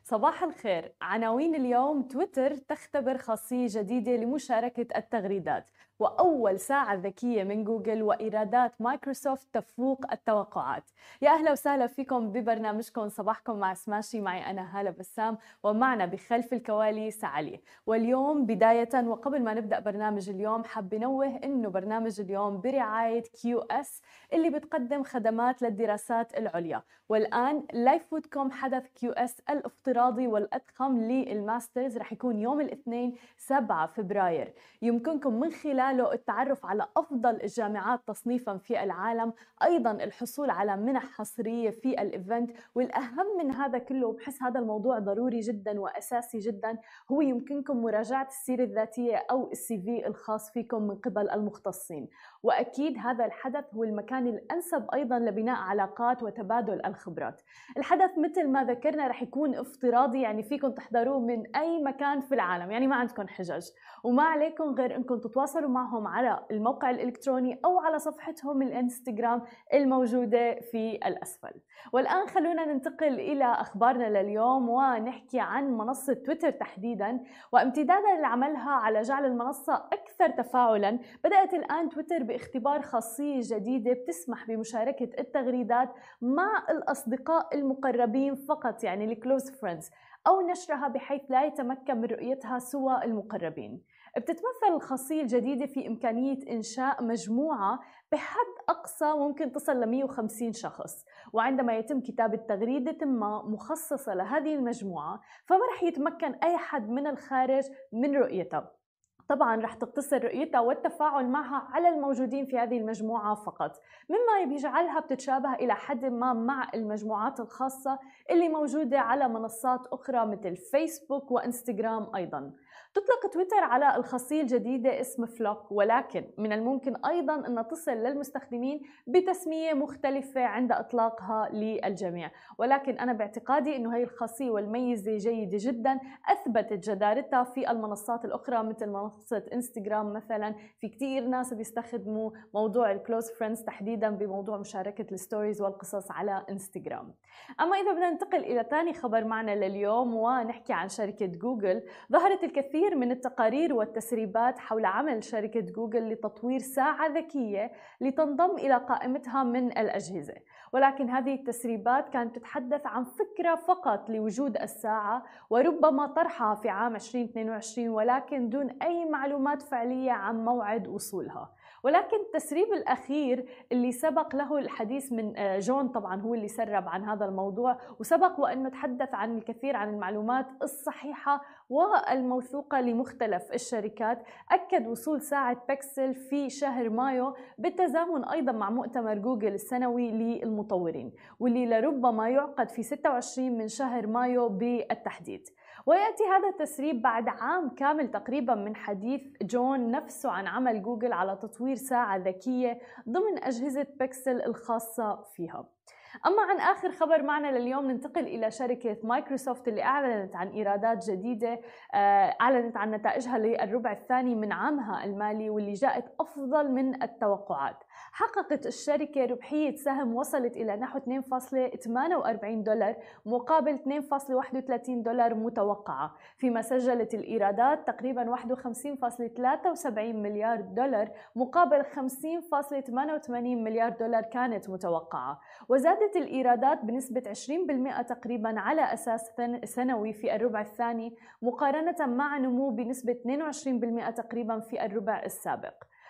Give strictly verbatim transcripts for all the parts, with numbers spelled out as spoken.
صباح الخير. عناوين اليوم: تويتر تختبر خاصية جديدة لمشاركة التغريدات، وأول ساعة ذكية من جوجل، وإيرادات مايكروسوفت تفوق التوقعات. يا أهلا وسهلا فيكم ببرنامجكم صباحكم مع سماشي. معي أنا هالة بسام، ومعنا بخلف الكواليس علي. واليوم بداية وقبل ما نبدأ برنامج اليوم، حاب نوه إنه برنامج اليوم برعاية كيو إس اللي بتقدم خدمات للدراسات العليا. والآن لا يفوتكم حدث كيو إس الافتراضي والأضخم للماسترز، رح يكون يوم الاثنين سبعة فبراير. يمكنكم من خلاله التعرف على أفضل الجامعات تصنيفاً في العالم، أيضاً الحصول على منح حصرية في الإيفنت، والأهم من هذا كله، وبحس هذا الموضوع ضروري جداً وأساسي جداً، هو يمكنكم مراجعة السيرة الذاتية أو السي في الخاص فيكم من قبل المختصين. وأكيد هذا الحدث هو المكان الأنسب أيضاً لبناء علاقات وتبادل الخبرات. الحدث مثل ما ذكرنا رح يكون افتراضي، يعني فيكم تحضروه من أي مكان في العالم، يعني ما عندكم حجج، وما عليكم غير أنكم تتواصلوا معهم على الموقع الإلكتروني أو على صفحتهم الإنستغرام الموجودة في الأسفل. والآن خلونا ننتقل إلى أخبارنا لليوم، ونحكي عن منصة تويتر تحديداً، وامتدادا لعملها على جعل المنصة أكثر تفاعلاً. بدأت الآن تويتر باختبار خاصية جديدة بتسمح بمشاركة التغريدات مع الأصدقاء المقربين فقط، يعني الكلوز فريندز، أو نشرها بحيث لا يتمكن من رؤيتها سوى المقربين. بتتمثل الخاصية الجديدة في إمكانية إنشاء مجموعة بحد أقصى ممكن تصل ل مئة وخمسين شخص، وعندما يتم كتابة تغريدة ما مخصصة لهذه المجموعة، فما رح يتمكن أي حد من الخارج من رؤيتها. طبعاً رح تقتصر رؤيتها والتفاعل معها على الموجودين في هذه المجموعة فقط، مما بيجعلها بتتشابه إلى حد ما مع المجموعات الخاصة اللي موجودة على منصات أخرى مثل فيسبوك وإنستغرام. أيضاً تطلق تويتر على الخاصية الجديدة اسم فلوك، ولكن من الممكن أيضاً أن تصل للمستخدمين بتسمية مختلفة عند إطلاقها للجميع. ولكن أنا باعتقادي أنه هي الخاصية والميزة جيدة جداً، أثبتت جدارتها في المنصات الأخرى مثل منصة إنستغرام مثلاً. في كتير ناس بيستخدموا موضوع الكلوز فريندز تحديداً بموضوع مشاركة الستوريز والقصص على إنستغرام. أما إذا بدنا ننتقل إلى ثاني خبر معنا لليوم ونحكي عن شركة جوجل، ظهرت الكثير من التقارير والتسريبات حول عمل شركة جوجل لتطوير ساعة ذكية لتنضم إلى قائمتها من الأجهزة. ولكن هذه التسريبات كانت تتحدث عن فكرة فقط لوجود الساعة، وربما طرحها في عام ألفين واثنين وعشرين، ولكن دون أي معلومات فعلية عن موعد وصولها. ولكن التسريب الأخير اللي سبق له الحديث من آه، جون، طبعا هو اللي سرب عن هذا الموضوع، وسبق وأنه تحدث عن الكثير عن المعلومات الصحيحة والموثوقة لمختلف الشركات. أكد وصول ساعة بيكسل في شهر مايو بالتزامن أيضا مع مؤتمر جوجل السنوي للمطورين، واللي لربما يعقد في ستة وعشرين من شهر مايو بالتحديد. ويأتي هذا التسريب بعد عام كامل تقريبا من حديث جون نفسه عن عمل جوجل على تطوير ساعة ذكية ضمن أجهزة بيكسل الخاصة فيها. أما عن آخر خبر معنا لليوم، ننتقل إلى شركة مايكروسوفت اللي أعلنت عن إيرادات جديدة، آه، أعلنت عن نتائجها للربع الثاني من عامها المالي، واللي جاءت أفضل من التوقعات. حققت الشركة ربحية سهم وصلت إلى نحو اثنين فاصلة ثمانية وأربعين دولار مقابل اثنين فاصلة واحد وثلاثين دولار متوقعة، فيما سجلت الإيرادات تقريبا واحد وخمسين فاصلة ثلاثة وسبعين مليار دولار مقابل خمسين فاصلة ثمانية وثمانين مليار دولار كانت متوقعة. وزادت الإيرادات بنسبة عشرين بالمئة تقريبا على أساس سنوي في الربع الثاني، مقارنة مع نمو بنسبة اثنين وعشرين بالمئة تقريبا في الربع السابق.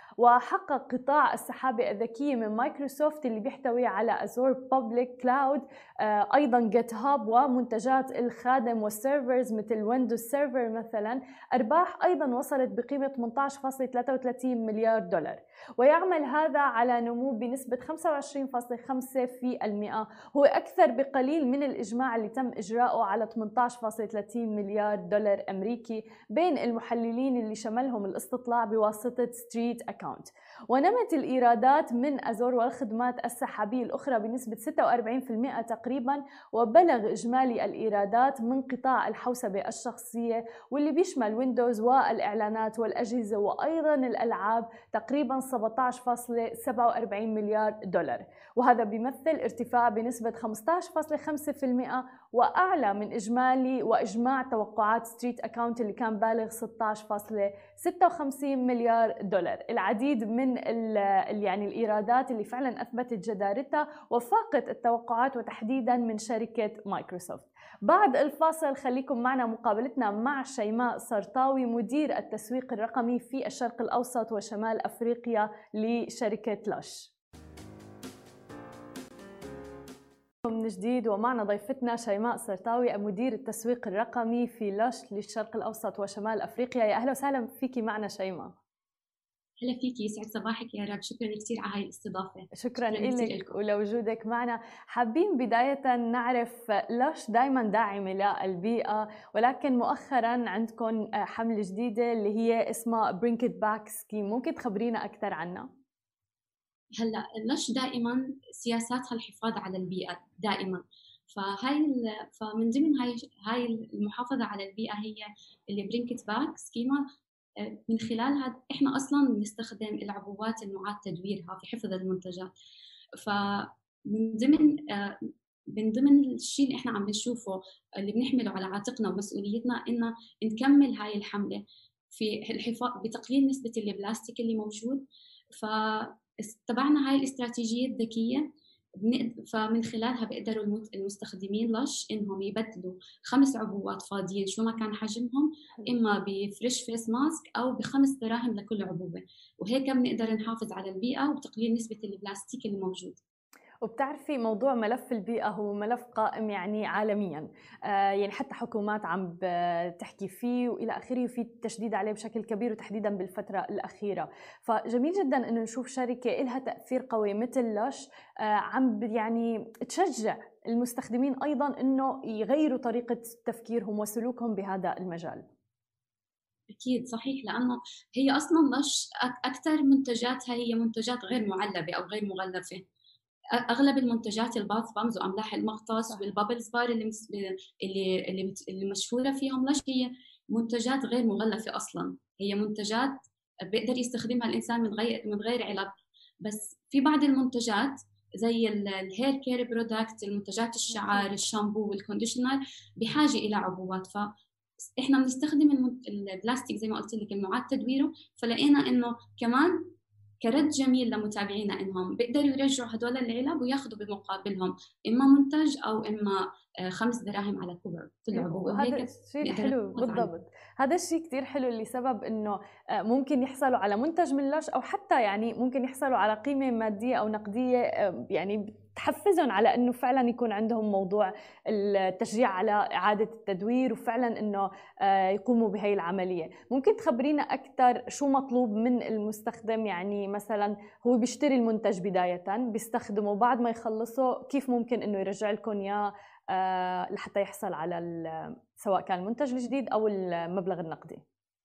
وحقق قطاع السحابة الذكية من مايكروسوفت اللي بيحتوي على أزور بابليك كلاود، أيضا جيت هاب ومنتجات الخادم والسيرفرز مثل ويندوز سيرفر مثلا، أرباح أيضا وصلت بقيمة ثمانية عشر فاصلة ثلاثة وثلاثين مليار دولار، ويعمل هذا على نمو بنسبة خمسة وعشرين فاصلة خمسة بالمئة، هو أكثر بقليل من الإجماع اللي تم إجراؤه على ثمانية عشر فاصلة ثلاثين مليار دولار أمريكي بين المحللين اللي شملهم الاستطلاع بواسطة ستريت أكاونت. ونمت الإيرادات من أزور والخدمات السحابية الأخرى بنسبة ستة وأربعين بالمئة تقريبا، وبلغ إجمالي الإيرادات من قطاع الحوسبة الشخصية واللي بيشمل ويندوز والإعلانات والأجهزة وأيضا الألعاب تقريبا سبعة عشر فاصلة سبعة وأربعين مليار دولار، وهذا بيمثل ارتفاع بنسبة خمسة عشر فاصلة خمسة بالمئة وأعلى من إجمالي وإجماع توقعات ستريت أكاونت اللي كان بالغ ستة عشر فاصلة ستة وخمسين مليار دولار. العديد من ال يعني الإيرادات اللي فعلا أثبتت جدارتها وفاقت التوقعات، وتحديدا من شركة مايكروسوفت. بعد الفاصل خليكم معنا مقابلتنا مع شيماء سرطاوي، مدير التسويق الرقمي في الشرق الأوسط وشمال أفريقيا لشركة لاش. من جديد ومعنا ضيفتنا شيماء سرطاوي، مدير التسويق الرقمي في لاش للشرق الأوسط وشمال أفريقيا. يا أهلا وسهلا فيكي معنا شيماء. هلا فيكي، يسعد صباحك يا رب. شكرا كثير على هاي الاستضافه. شكرا, شكرا لك ولوجودك معنا. حابين بدايه نعرف، لاش دائما داعمه للبيئه، ولكن مؤخرا عندكم حمله جديده اللي هي اسمها برينك ات باك سكيم، ممكن تخبرينا اكثر عنها؟ هلا لاش دائما سياساتها الحفاظ على البيئه دائما، فهاي فمن ضمن هاي هاي المحافظه على البيئه هي اللي برينك ات باك سكيما. من خلالها احنا اصلا بنستخدم العبوات المعاد تدويرها في حفظ المنتجات. فمن ضمن من ضمن الشيء اللي احنا عم نشوفه اللي بنحمله على عاتقنا ومسؤوليتنا ان نكمل هاي الحمله في الحفاظ بتقليل نسبه البلاستيك اللي موجود. فاتبعنا هاي الاستراتيجيه الذكيه، فمن خلالها بيقدروا المستخدمين لاش انهم يبدلوا خمس عبوات فاضيين شو ما كان حجمهم، اما بفريش فيس ماسك او بخمس دراهم لكل عبوه، وهيك بنقدر نحافظ على البيئه وبتقليل نسبه البلاستيك اللي موجود. وبتعرفي موضوع ملف البيئة هو ملف قائم يعني عالميا، آه يعني حتى حكومات عم بتحكي فيه وإلى آخره، وفي تشديد عليه بشكل كبير وتحديدا بالفترة الأخيرة. فجميل جدا إنه نشوف شركة إلها تأثير قوي مثل لاش آه عم يعني تشجع المستخدمين أيضا إنه يغيروا طريقة تفكيرهم وسلوكهم بهذا المجال. أكيد صحيح، لأنه هي أصلا لاش أكثر منتجاتها هي منتجات غير معلبة أو غير مغلفة. اغلب المنتجات الباث بامز واملاح المغطس والبابلز بار اللي اللي اللي, اللي مشهوره فيهم لاش هي منتجات غير مغلفه اصلا، هي منتجات بيقدر يستخدمها الانسان من غير من غير علب. بس في بعض المنتجات زي الهير كير برودكت، المنتجات الشعر، الشامبو والكونديشنر بحاجه الى عبوات. ف احنا بنستخدم البلاستيك زي ما قلت لك المعاد تدويره، فلقينا انه كمان كرد جميل لمتابعينا انهم بيقدروا يرجعوا هدول العلب وياخذوا بمقابلهم اما منتج او اما خمس دراهم على كل عبوه. هذا الشيء حلو بالضبط، هذا الشيء كثير حلو لسبب انه ممكن يحصلوا على منتج من لاش، او حتى يعني ممكن يحصلوا على قيمه ماديه او نقديه يعني تحفزهم على انه فعلا يكون عندهم موضوع التشجيع على اعاده التدوير، وفعلا انه يقوموا بهي العمليه. ممكن تخبرينا اكثر شو مطلوب من المستخدم؟ يعني مثلا هو بيشتري المنتج بدايه، بيستخدمه، بعد ما يخلصه كيف ممكن انه يرجع لكم اياه لحتى يحصل على سواء كان المنتج الجديد او المبلغ النقدي؟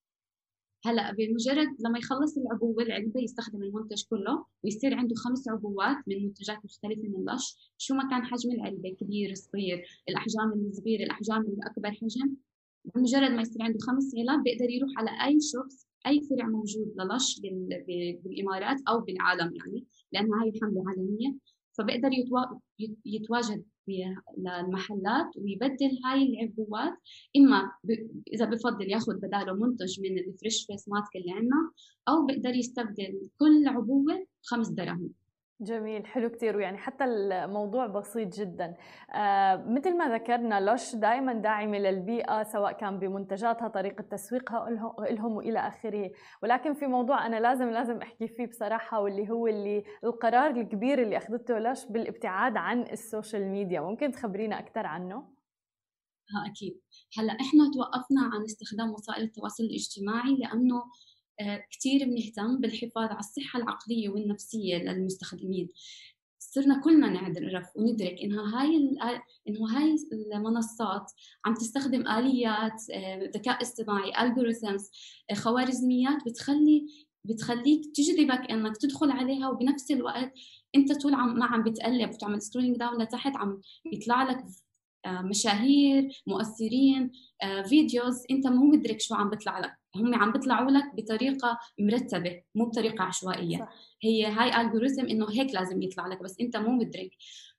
هلا بمجرد لما يخلص العبوه العلبه يستخدم المنتج كله ويصير عنده خمس عبوات من منتجات مختلفه من لاش، شو ما كان حجم العلبه، كبير صغير، الاحجام الصغيره، الاحجام الاكبر حجم. بمجرد ما يصير عنده خمس علب بيقدر يروح على اي شوبس، اي فرع موجود للاش بالامارات او بالعالم، يعني لانها هاي حمله عالميه، فبيقدر يتواجد للمحلات ويبدل هاي العبوات. اما ب... اذا بفضل ياخذ بداله منتج من الفريش فيس ماسك اللي عندنا، او بيقدر يستبدل كل عبوه خمس دراهم. جميل، حلو كتير. ويعني حتى الموضوع بسيط جدا. آه مثل ما ذكرنا لاش دائما داعمة للبيئة، سواء كان بمنتجاتها، طريقة تسويقها لهم وإلى آخره. ولكن في موضوع أنا لازم لازم أحكي فيه بصراحة، واللي هو اللي القرار الكبير اللي أخذته لاش بالابتعاد عن السوشيال ميديا. ممكن تخبرينا أكثر عنه؟ ها أكيد. هلأ إحنا توقفنا عن استخدام وسائل التواصل الاجتماعي لأنه كتير بنهتم بالحفاظ على الصحة العقلية والنفسية للمستخدمين. صرنا كلنا نعرف وندرك إنها هاي إنه هاي المنصات عم تستخدم آليات ذكاء اصطناعي، algorithms، خوارزميات بتخلي بتخليك تجذبك إنك تدخل عليها، وبنفس الوقت أنت طول عم ما عم بتقلب وتعمل سكرولينج داون لتحت عم يطلع لك مشاهير مؤثرين، فيديوز انت مو مدرك شو عم بيطلع لك، هم عم بيطلعوا لك بطريقه مرتبه مو بطريقه عشوائيه. صح. هي هاي الجوريثم انه هيك لازم يطلع لك، بس انت مو مدرك،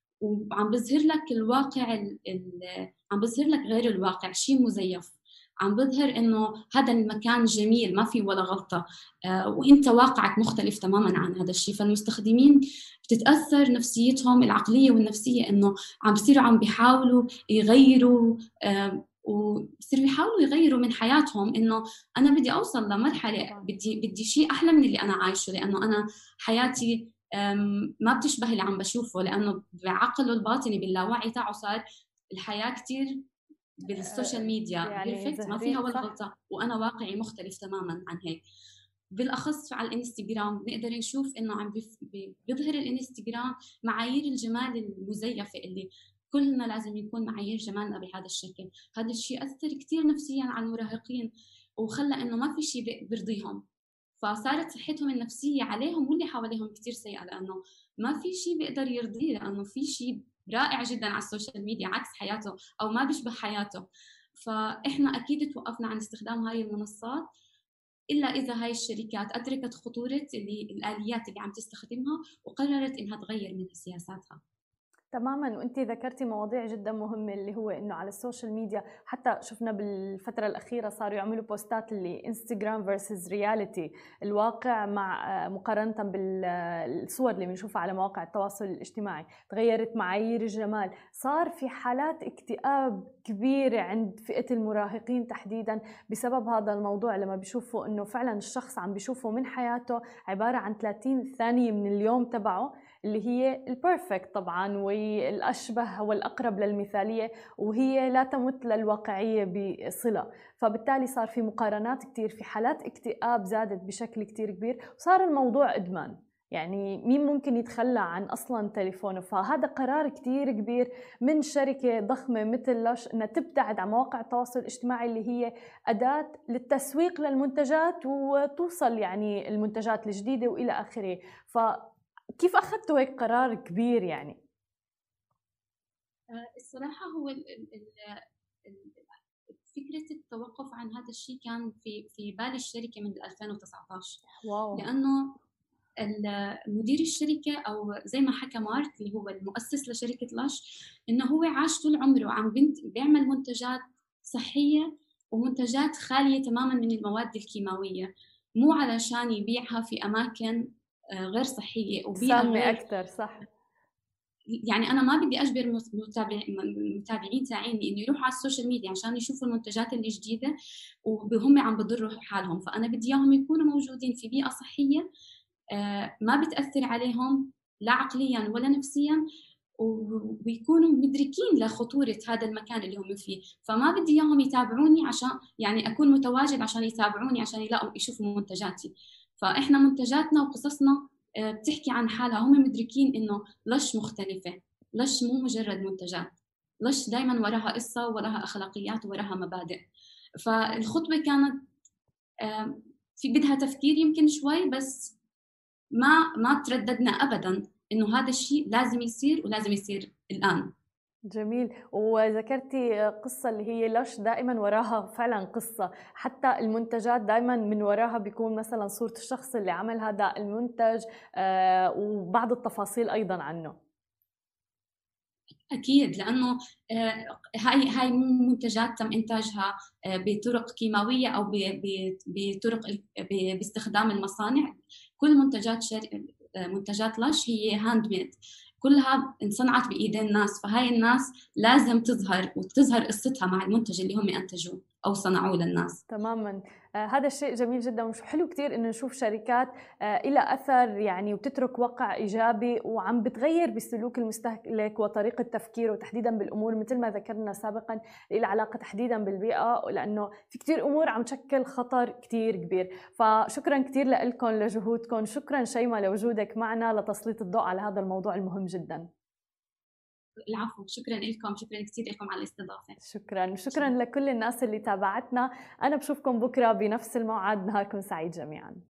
وعم بظهر لك الواقع ال ال عم بظهر لك غير الواقع، شيء مزيف، عم بظهر انه هذا المكان جميل ما في ولا غلطه، آه وانت واقعك مختلف تماما عن هذا الشيء. فالمستخدمين بتتاثر نفسيتهم العقليه والنفسيه، انه عم بصيروا عم بيحاولوا يغيروا، آه وبصيروا يحاولوا يغيروا من حياتهم، انه انا بدي اوصل لمرحله بدي بدي شيء احلى من اللي انا عايشه، لانه انا حياتي ما بتشبه اللي عم بشوفه، لانه بعقله الباطني باللاوعي تاعه صار الحياه كثير بالسوشيال ميديا يعني بيرفكت ما فيها ولا غلطه، وانا واقعي مختلف تماما عن هيك. بالاخص على الانستغرام نقدر نشوف انه عم بيظهر الانستغرام معايير الجمال المزيفه اللي كلنا لازم يكون معايير جمالنا بهذا الشكل. هذا الشيء اثر كثير نفسيا على المراهقين، وخلى انه ما في شيء بيرضيهم، فصارت صحتهم النفسيه عليهم واللي حواليهم كثير سيئه، لانه ما في شيء بيقدر يرضيه، لانه في شيء رائع جدا على السوشيال ميديا عكس حياته او ما بيشبه حياته. فاحنا اكيد توقفنا عن استخدام هاي المنصات الا اذا هاي الشركات ادركت خطوره اللي الاليات اللي عم تستخدمها وقررت انها تغير من سياساتها. تماما. وانت ذكرتي مواضيع جدا مهمه، اللي هو انه على السوشيال ميديا حتى شفنا بالفتره الاخيره صاروا يعملوا بوستات اللي انستغرام فيرسز رياليتي، الواقع مع مقارنه بالصور اللي بنشوفها على مواقع التواصل الاجتماعي. تغيرت معايير الجمال، صار في حالات اكتئاب كبيره عند فئه المراهقين تحديدا بسبب هذا الموضوع، لما بيشوفوا انه فعلا الشخص عم بيشوفه من حياته عباره عن ثلاثين ثانيه من اليوم تبعه اللي هي البيرفكت طبعا والأشبه والأقرب للمثالية، وهي لا تمت للواقعية بصلة. فبالتالي صار في مقارنات كتير، في حالات اكتئاب زادت بشكل كتير كبير، وصار الموضوع إدمان. يعني مين ممكن يتخلى عن أصلاً تليفونه؟ فهذا قرار كتير كبير من شركة ضخمة مثل لش أنها تبتعد عن مواقع التواصل الاجتماعي اللي هي أداة للتسويق للمنتجات وتوصل يعني المنتجات الجديدة وإلى آخره. فكيف أخذتوا هيك قرار كبير يعني؟ الصراحة هو ال ال ال فكرة التوقف عن هذا الشيء كان في في بال الشركة من ألفين وتسعة عشر. واو. لأنه مدير الشركة أو زي ما حكى مارك اللي هو المؤسس لشركة لش، إنه هو عاش طول عمره عم بيعمل منتجات صحية ومنتجات خالية تماما من المواد الكيماوية، مو علشان يبيعها في أماكن غير صحية وبيئة سامة غير أكثر. صح. يعني انا ما بدي اجبر المتابعين تاعيني انه يروحوا على السوشيال ميديا عشان يشوفوا المنتجات اللي جديده وهم عم بضروا حالهم، فانا بدي اياهم يكونوا موجودين في بيئه صحيه ما بتاثر عليهم لا عقليا ولا نفسيا، ويكونوا مدركين لخطوره هذا المكان اللي هم فيه. فما بدي اياهم يتابعوني عشان يعني اكون متواجد عشان يتابعوني عشان يلاقوا يشوفوا منتجاتي. فاحنا منتجاتنا وقصصنا بتحكي عن حالها، هم مدركين انه لش مختلفه، لش مو مجرد منتجات، لش دائما وراها قصه وراها اخلاقيات وراها مبادئ. فالخطوه كانت في بدها تفكير يمكن شوي، بس ما ما ترددنا ابدا انه هذا الشيء لازم يصير ولازم يصير الان. جميل. وذكرتي قصة اللي هي لش دائما وراها فعلا قصة، حتى المنتجات دائما من وراها بيكون مثلا صورة الشخص اللي عمل هذا المنتج آه وبعض التفاصيل أيضا عنه. أكيد، لأنه آه هاي هاي مو منتجات تم إنتاجها آه بطرق كيماوية أو بطرق باستخدام المصانع. كل منتجات شر... آه منتجات لش هي هاند ميد، كلها انصنعت بايدين ناس، فهاي الناس لازم تظهر وتظهر قصتها مع المنتج اللي هم انتجوه او صنعوه للناس. تماما. آه هذا الشيء جميل جدا، وحلو كثير انه نشوف شركات آه لها اثر يعني وبتترك وقع ايجابي وعم بتغير بسلوك المستهلك وطريقه تفكيره، تحديدا بالامور مثل ما ذكرنا سابقا اللي علاقه تحديدا بالبيئه، لانه في كثير امور عم تشكل خطر كثير كبير. فشكرا كثير لكم لجهودكم. شكرا شيماء لوجودك معنا لتسليط الضوء على هذا الموضوع المهم جدا. العفو، شكرا لكم، شكرا كثير لكم على الاستضافه. شكرا شكرا لكل الناس اللي تابعتنا. انا بشوفكم بكره بنفس الموعد. نهاركم سعيد جميعا.